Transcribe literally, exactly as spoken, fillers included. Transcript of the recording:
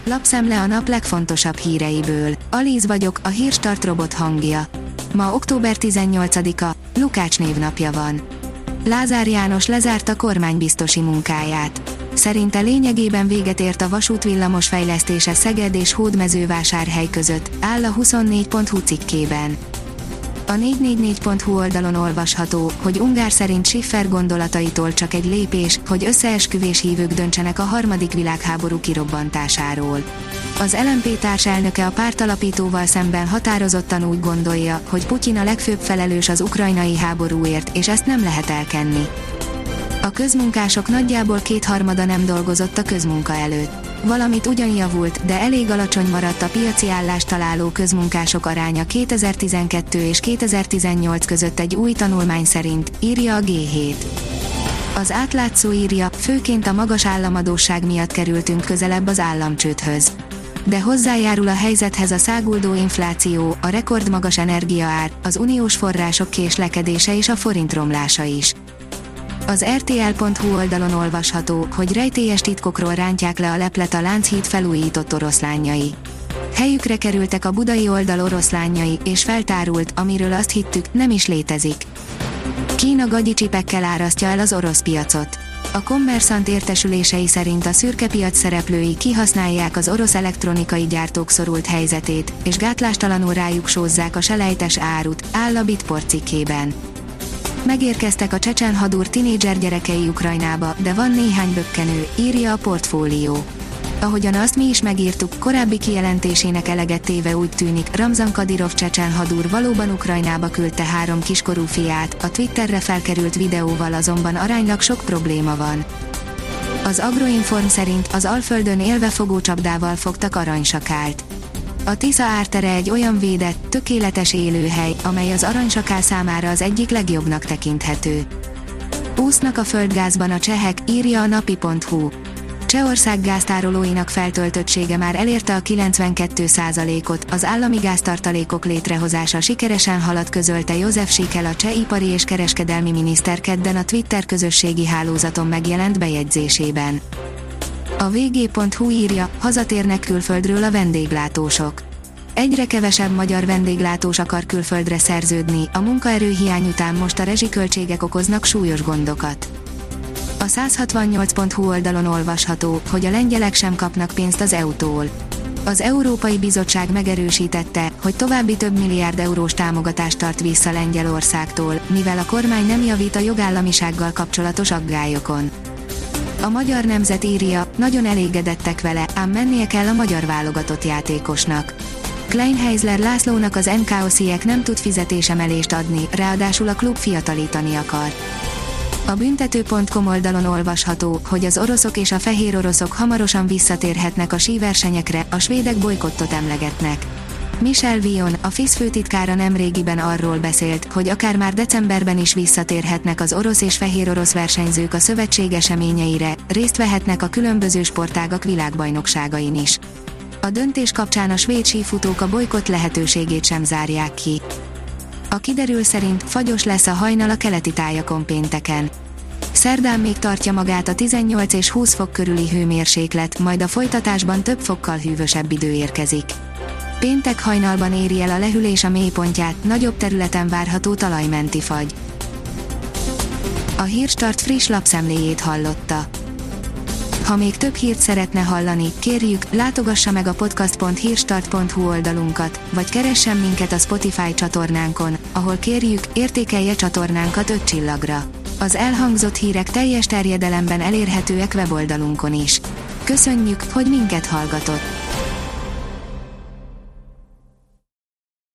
Lapszemle a nap legfontosabb híreiből. Alíz vagyok, a Hírstart robot hangja. Ma október tizennyolcadika, Lukács névnapja van. Lázár János lezárta kormánybiztosi munkáját. Szerinte lényegében véget ért a vasútvillamos fejlesztése Szeged és Hódmezővásárhely között, áll a huszonnégy pont hu cikkében. A négy négy négy pont hu oldalon olvasható, hogy Ungár szerint Schiffer gondolataitól csak egy lépés, hogy összeesküvés hívők döntsenek a harmadik világháború kirobbantásáról. Az el em pé társelnöke a pártalapítóval szemben határozottan úgy gondolja, hogy Putyin a legfőbb felelős az ukrajnai háborúért, és ezt nem lehet elkenni. A közmunkások nagyjából kétharmada nem dolgozott a közmunka előtt. Valamit ugyan javult, de elég alacsony maradt a piaci állást találó közmunkások aránya kétezer-tizenkettő és kétezer-tizennyolc között egy új tanulmány szerint, írja a gé hét. Az átlátszó írja, főként a magas államadósság miatt kerültünk közelebb az államcsődhöz. De hozzájárul a helyzethez a száguldó infláció, a rekordmagas energiaár, az uniós források késlekedése és a forint romlása is. Az er té el pont hu oldalon olvasható, hogy rejtélyes titkokról rántják le a leplet a Lánchíd felújított oroszlányai. Helyükre kerültek a budai oldal oroszlányai, és feltárult, amiről azt hittük, nem is létezik. Kína gagyicsipekkel árasztja el az orosz piacot. A Kommersant értesülései szerint a szürke piac szereplői kihasználják az orosz elektronikai gyártók szorult helyzetét, és gátlástalanul rájuk sózzák a selejtes árut, áll a Bitport cikkében. Megérkeztek a csecsen hadúr tinédzser gyerekei Ukrajnába, de van néhány bökkenő, írja a Portfólió. Ahogyan azt mi is megírtuk, korábbi kijelentésének eleget téve úgy tűnik, Ramzan Kadyrov csecsen hadúr valóban Ukrajnába küldte három kiskorú fiát, a Twitterre felkerült videóval azonban aránylag sok probléma van. Az Agroinform szerint az Alföldön élve fogócsapdával fogtak aranysakált. A Tisza ártere egy olyan védett, tökéletes élőhely, amely az aranysakál számára az egyik legjobbnak tekinthető. Úsznak a földgázban a csehek, írja a napi pont hu. Csehország gáztárolóinak feltöltöttsége már elérte a kilencvenkét százalékot, az állami gáztartalékok létrehozása sikeresen halad, közölte József Sikel, a cseh ipari és kereskedelmi miniszter kedden a Twitter közösségi hálózaton megjelent bejegyzésében. A vé gé pont hu írja, hazatérnek külföldről a vendéglátósok. Egyre kevesebb magyar vendéglátós akar külföldre szerződni, a munkaerőhiány után most a rezsiköltségek okoznak súlyos gondokat. A száz hatvannyolc pont hu oldalon olvasható, hogy a lengyelek sem kapnak pénzt az é u-tól. Az Európai Bizottság megerősítette, hogy további több milliárd eurós támogatást tart vissza Lengyelországtól, mivel a kormány nem javít a jogállamisággal kapcsolatos aggályokon. A Magyar Nemzet írja, nagyon elégedettek vele, ám mennie kell a magyar válogatott játékosnak. Kleinheisler Lászlónak az en ká o cé-ek nem tud fizetésemelést adni, ráadásul a klub fiatalítani akar. A büntető pont com oldalon olvasható, hogy az oroszok és a fehér oroszok hamarosan visszatérhetnek a síversenyekre, a svédek bolykottot emlegetnek. Michel Vion, a FIS főtitkára nemrégiben arról beszélt, hogy akár már decemberben is visszatérhetnek az orosz és fehér orosz versenyzők a szövetség eseményeire, részt vehetnek a különböző sportágak világbajnokságain is. A döntés kapcsán a svéd sífutók a bolykott lehetőségét sem zárják ki. A kiderül szerint fagyos lesz a hajnal a keleti tájakon pénteken. Szerdán még tartja magát a tizennyolc és húsz fok körüli hőmérséklet, majd a folytatásban több fokkal hűvösebb idő érkezik. Péntek hajnalban éri el a lehűlés a mélypontját, nagyobb területen várható talajmenti fagy. A Hírstart friss lapszemléjét hallotta. Ha még több hírt szeretne hallani, kérjük, látogassa meg a podcast pont hírstart pont hu oldalunkat, vagy keressen minket a Spotify csatornánkon, ahol kérjük, értékelje csatornánkat öt csillagra. Az elhangzott hírek teljes terjedelemben elérhetőek weboldalunkon is. Köszönjük, hogy minket hallgatott!